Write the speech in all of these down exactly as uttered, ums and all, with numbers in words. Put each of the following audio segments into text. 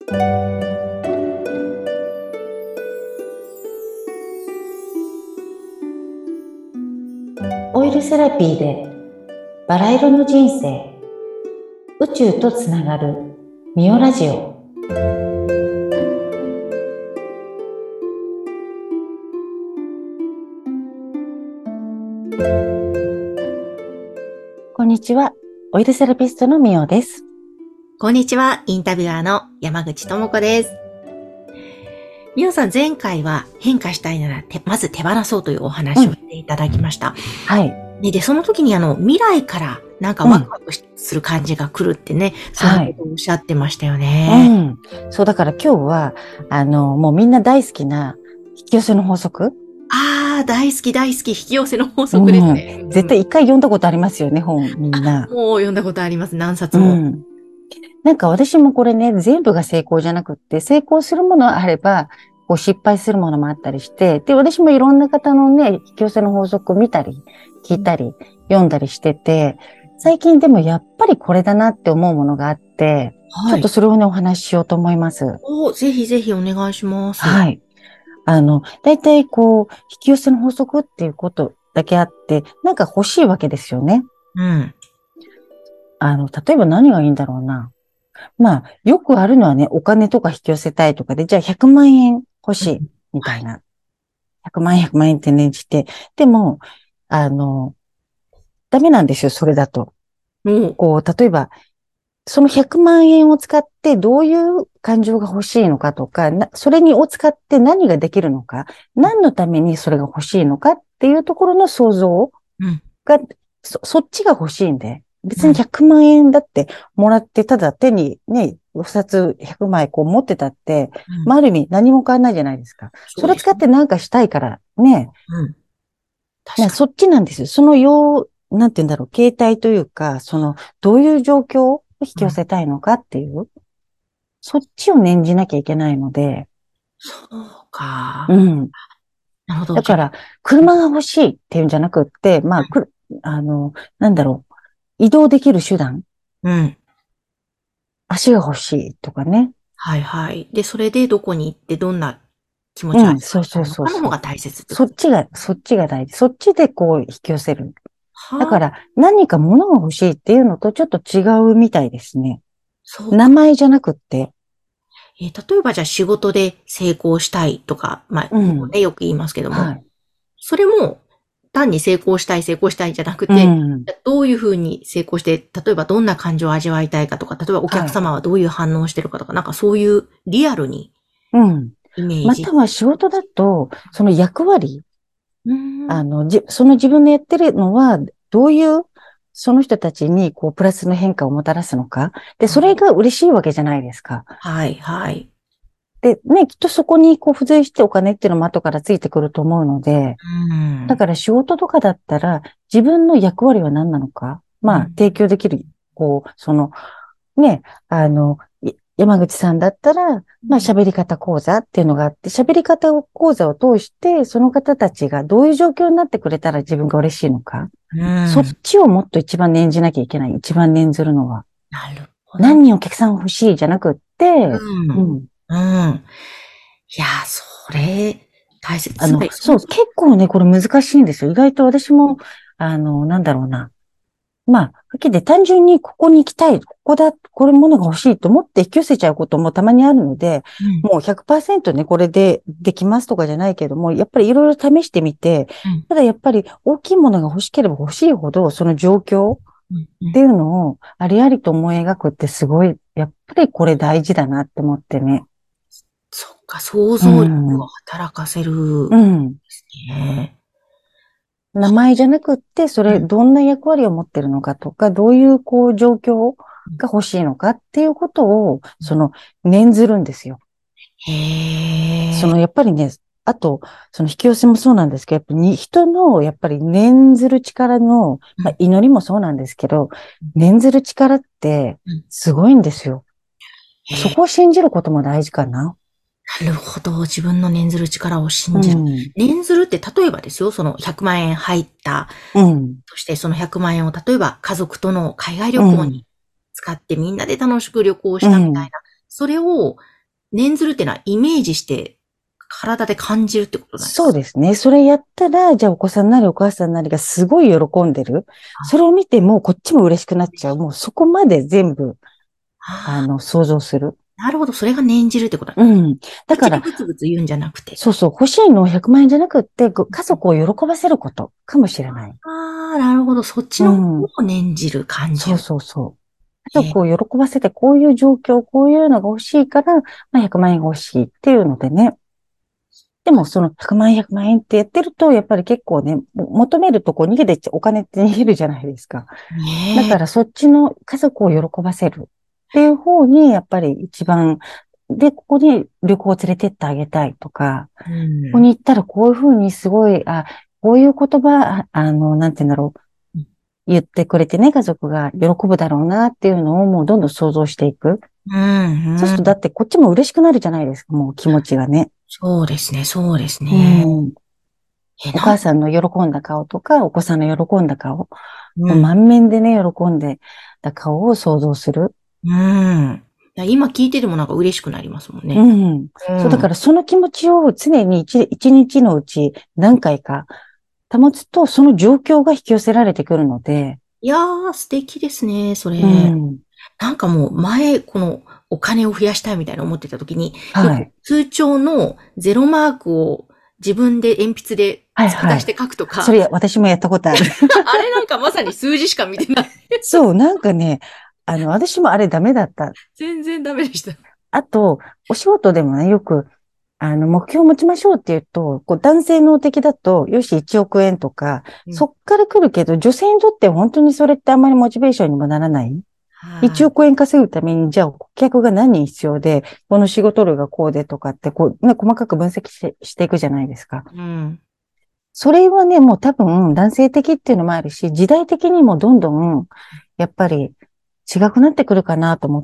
オイルセラピーでバラ色の人生、宇宙とつながるミオラジオ。こんにちは、オイルセラピストのミオです。 こんにちは、インタビュアーの山口智子です。ミオさん、前回は変化したいならまず手放そうというお話をしていただきました。うん、 はい。 ね、で、その時にあの、未来からなんかワクワクする感じが来るってね、うん、そういうことをおっしゃってましたよね。 うん。そう、だから今日は、あの、もうみんな大好きな引き寄せの法則。 ああ、大好き大好き、引き寄せの法則ですね。 うん、絶対一回読んだことありますよね、本、みんな。 もう読んだことあります、何冊も。うん、 なんか私もこれね、全部が成功じゃなくって、成功するものあれば、こう失敗するものもあったりして、で、私もいろんな方のね、引き寄せの法則を見たり、聞いたり、読んだりしてて、最近でもやっぱりこれだなって思うものがあって、はい、ちょっとそれをね、お話ししようと思います。 お、ぜひぜひお願いします。 はい。あの、だいたいこう、引き寄せの法則っていうことだけあって、なんか欲しいわけですよね。 うん。 あの、例えば何がいいんだろうな。まあ、よくあるのはね、お金とか引き寄せたいとかで、じゃあひゃくまんえん欲しい、みたいな。ひゃくまんえん、ひゃくまんえんって念じて。でも、あの、ダメなんですよ、それだと。うん、こう、例えば、そのひゃくまんえんを使ってどういう感情が欲しいのかとか、それにを使って何ができるのか、何のためにそれが欲しいのかっていうところの想像が、うん、そ、そっちが欲しいんで、別にひゃくまんえんだってもらってただ手にね、お札ひゃくまいこう持ってたって、うん、まあ、ある意味何も変わんないじゃないですか。それ使って何かしたいからね。うん、確かにそっちなんですよ。そのよう、なんて言うんだろう、形態というか、その、どういう状況を引き寄せたいのかっていう、うん、そっちを念じなきゃいけないので。 そうか。 うん。なるほど。だから、車が欲しいっていうんじゃなくって、まあ、くる、あの、なんだろう、移動できる手段。うん。足が欲しいとかね。 はいはい。で、それでどこに行ってどんな気持ちを味わいたいのかの方が大切ってこと。そっちが、そっちが大事。そっちでこう引き寄せる。だから、何か物が欲しいっていうのとちょっと違うみたいですね。そう。名前じゃなくって。 えー、例えばじゃあ仕事で成功したいとか、まあ、うんね、よく言いますけども、はい、それも単に成功したい、成功したいじゃなくて、うん、どういうふうに成功して、例えばどんな感情を味わいたいかとか、例えばお客様はどういう反応をしてるかとか、はい、なんかそういうリアルにイメージ。 または仕事だと、その役割、うん、あの、じ、その自分のやってるのは、どういうその人たちに、こう、プラスの変化をもたらすのか。で、それが嬉しいわけじゃないですか。 はい、はい。 で、ね、きっとそこに、こう、付随してお金っていうのも後からついてくると思うので、うん、だから仕事とかだったら、自分の役割は何なのか。まあ、提供できる、こう、その、ね、あの、山口さんだったら、まあ、喋り方講座っていうのがあって、喋り方講座を通して、その方たちがどういう状況になってくれたら自分が嬉しいのか。うん、そっちをもっと一番念じなきゃいけない。一番念ずるのは。 なるほど。 何人お客さん欲しいじゃなくって、うん。うん。 うん。いや、それ、大切。 あの、そう、結構ね、これ難しいんですよ。意外と私も、あの、なんだろうな。まあ、はっきりで単純にここに行きたい、ここだ、これものが欲しいと思って引き寄せちゃうこともたまにあるので、うん、もう ひゃくパーセント ね、これでできますとかじゃないけども、やっぱりいろいろ試してみて、うん、ただやっぱり大きいものが欲しければ欲しいほど、その状況っていうのをありありと思い描くってすごい、やっぱりこれ大事だなって思ってね。 そっか、想像力を働かせる、うんですね。 名前じゃなくって、それ、どんな役割を持ってるのかとか、どういう、こう、状況が欲しいのかっていうことを、その、念ずるんですよ。へー。その、やっぱりね、あと、その引き寄せもそうなんですけど、やっぱり人の、やっぱり念ずる力の、まあ、祈りもそうなんですけど、念ずる力って、すごいんですよ。そこを信じることも大事かな。 なるほど。自分の念ずる力を信じる。うん、念ずるって例えばですよ、そのひゃくまんえん入った。うん、そしてそのひゃくまんえんを例えば家族との海外旅行に使ってみんなで楽しく旅行したみたいな。うん、それを念ずるってのはイメージして体で感じるってことなんですか？ そうですね。それやったら、じゃあお子さんなりお母さんなりがすごい喜んでる。それを見てもうこっちも嬉しくなっちゃう。もうそこまで全部、ああの、想像する。 あ、なるほど。それが念じるってことだ。 うん。だから、 口でブツブツ言うんじゃなくて。 そうそう、欲しいのをひゃくまん円じゃなくって、ご家族を喜ばせることかもしれない。 ああ、なるほど。そっちうの方ん。 を念じる、感じそうる。 そうそう。家へえ。 族を喜ばせて、こういう状況、こういうのが欲しいから、まあ、ひゃくまん円が欲しいっていうのでね。でも、そのひゃくまん円、ひゃくまん円ってやってると、やっぱり結構ね、求めるとこう逃げてっちゃう、お金って逃げるじゃないですか。だねえ。 からそっちの家族を喜ばせるっていう方に、やっぱり一番、で、ここに旅行を連れてってあげたいとか、 うここん。 に行ったらこういうふうにすごい、あ、こういう言葉、ああの、なんて言うんだろう、言ってくれてね、家族が喜ぶだろうなっていうのをもうどんどん想像していく。 うん、 そうするとだうん。 ってこっちも嬉しくなるじゃないですか、もう気持ちがね。 そうですね、そうですうね。 ん。 え、なん、 お母さんの喜んだ顔とか、お子さんの喜んだ顔、もううん、 満面でね、喜んでた顔を想像する。 うん。いや、今聞いててもなんか嬉しくなりますもんうね。 ん。そう、だかうん。 らその気持ちを常に一、一日のうち何回か保つと、その状況が引き寄せられてくるので、 いやー、素敵ですね、そうれ。 ん。 なんかもう前、このお金を増やしたいみたいな思ってた時に、よくはい。 通帳のゼロマークを自分で鉛筆ではいはい。 付け足して書くとか、 それ私もやったことある。 あれなんかまさに数字しか見てない。 そう、なんかね、あの、私もあれダメだった。 全然ダメでした。 あと、お仕事でもね、よく、あの、目標を持ちましょうって言うと、こう、男性能的だと、よし、いちおく円とか、 うん。 そっから来るけど、女性にとって本当にそれってあんまりモチベーションにもならない。1 はい。 億円稼ぐために、じゃあ、顧客が何人必要で、この仕事量がこうでとかって、こう、ね、細かく分析して、していくじゃないですか。 うん。 それはね、もう多分、男性的っていうのもあるし、時代的にもどんどん、やっぱり違くなってくるかなと思って、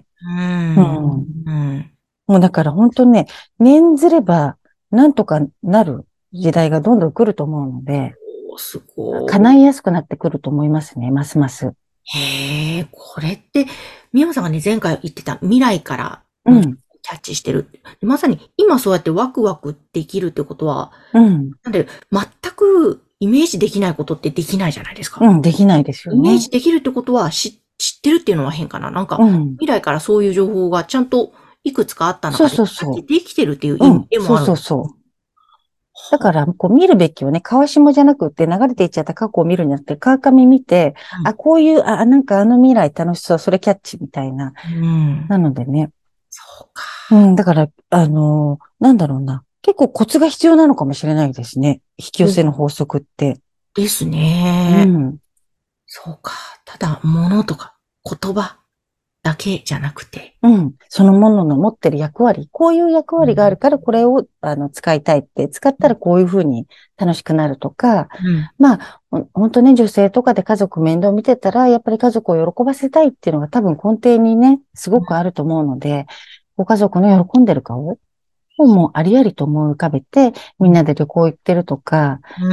ううん。 ん。 うん。 もうだから本当にね、念ずれば、なんとかなる時代がどんどん来ると思うので、 おー、すごい。 叶いやすくなってくると思いますね、ますます。 へえ、これって、宮本さんがね、前回言ってた未来からのキうん、 ャッチしてる。まさに今そうやってワクワクできるってことは、 うん、 なんで、全くイメージできないことってできないじゃないですか。 うん、できないですよイメーね。 ジできるってことは、し知ってるっていうのは変かな。なんか、 うん。 未来からそういう情報がちゃんといくつかあったそう中でキャッそうそチできてるっていうう。 意味うん、そうでもある。 そうそう。だから、こう見るべきをね、川下じゃなくって流れていっちゃった過去を見るんじゃなくて、川上見て、あ、こういう、あ、なんかあの未来楽しそう、それキャッチみたいな。 うん。うん。 なのでね。 そうか。 うん、だから、あのーなんだろうな。結構コツが必要なのかもしれないですね。引き寄せの法則って。 ですね。 うん。 そうか。ただ、物とか言葉だけじゃなくて。 うん。そのものの持ってる役割。こういう役割があるから、これを、あの、使いたいって、使ったらこういうふうに楽しくなるとか。 うん。 まあ、ほん本当ね、女性とかで家族面倒見てたら、やっぱり家族を喜ばせたいっていうのが多分根底にね、すごくあると思うので、ご家族の喜んでる顔をもうありありと思い浮かべて、みんなで旅行行ってるとか、 うん。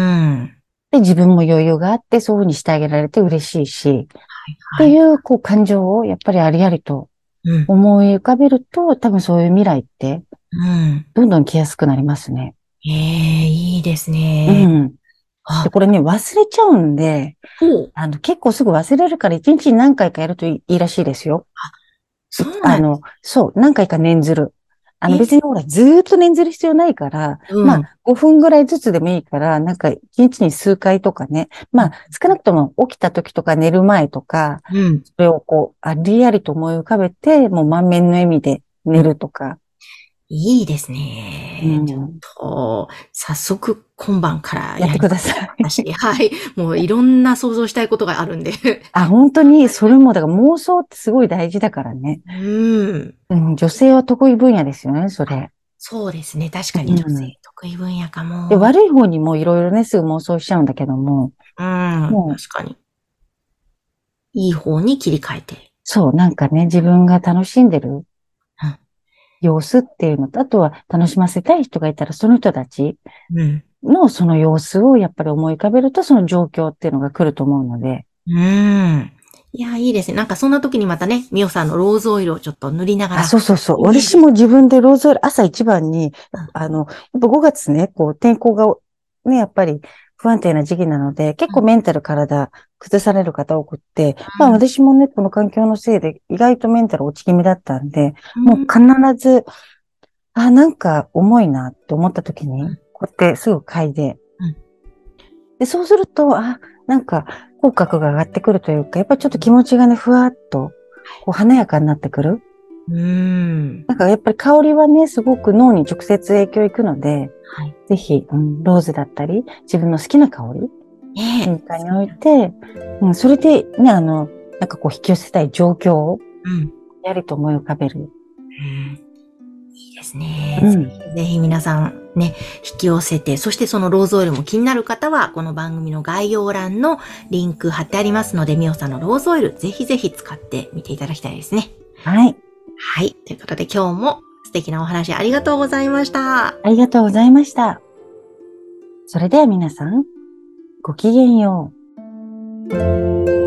で、自分も余裕があって、そういうふうにしてあげられて嬉しいし、ってはい。 いう、こう、感情をやっぱりありありとうん。 思い浮かべると、多分そういう未来って、 うん。 どんどん来やすくなりますね。 ええ、いいですうね。 ん。で、 あ、 これね、忘れちゃうんで、 ほう。 あの、結構すぐ忘れるから一日に何回かやるといい、いいらしいですよ。いそうなんであの、そう、何回か念ずる。あのす。え、 別にほら、ずーっと念ずる必要ないから、まうん。 あ、ごふんぐらいずつでもいいから、なんか一日に数回とかね。まあ、少なくとも起きた時とか寝る前とか、 うん。 それをこう、ありありと思い浮かべて、もう満面の笑みで寝うん。 るとか。 いいですうね。ちょっん。 と、早速今晩からやってやります。 ください。 私。はい。もういろんな想像したいことがあるんで。 あ、本当に、それも、だから妄想ってすごい大事だからね。 うん。 うん、女性は得意分野ですよね、それ。 そうですね。確うかに女性ん。 得意分野かで、 も。 悪い方にもいろいろね、すぐ妄想しちゃうんだけども、 うん。 もう、 確かに。いい方に切り替えて。 そう、なんかね、自分が楽しんでる様子っていうのと、あとは楽しませたい人がいたら、その人たちうん。 のその様子をやっぱり思い浮かべると、その状況っていうのが来ると思うので、 うん。 いや、いいですね。なんかそんな時にまたね、みおさんのローズオイルをちょっと塗りながら。 あ、そうそうそう。私も自分でローズオイル朝一番に、あの、やっぱごがつね、こう天候がね、やっぱり不安定な時期なので、結構メンタル体崩される方多くって、まあ私もね、この環境のせいで意外とメンタル落ち気味だったんで、もう必ず、あ、なんか重いなって思った時に、こうやってすぐ嗅いで、で、そうすると、あ、なんか口角が上がってくるというか、やっぱりちょっと気持ちがね、ふわっと、こう華やかになってくる。 うん。 なんかやっぱり香りはね、すごく脳に直接影響いくので、 はい、 ぜひ、うん、ローズだったり、自分の好きな香り、 ね、 身近に置いて、うん、それでね、あの、なんかこう引き寄せたい状況を、やりと思い浮かべる。うん、 いいですね。 うん、 ぜひぜひ皆さんね、引き寄せて、そしてそのローズオイルも気になる方は、この番組の概要欄のリンク貼ってありますので、みおさんのローズオイル、ぜひぜひ使ってみていただきたいですね。 はい。 はい。ということで今日も素敵なお話ありがとうございました。 ありがとうございました。それでは皆さん、ごきげんよう。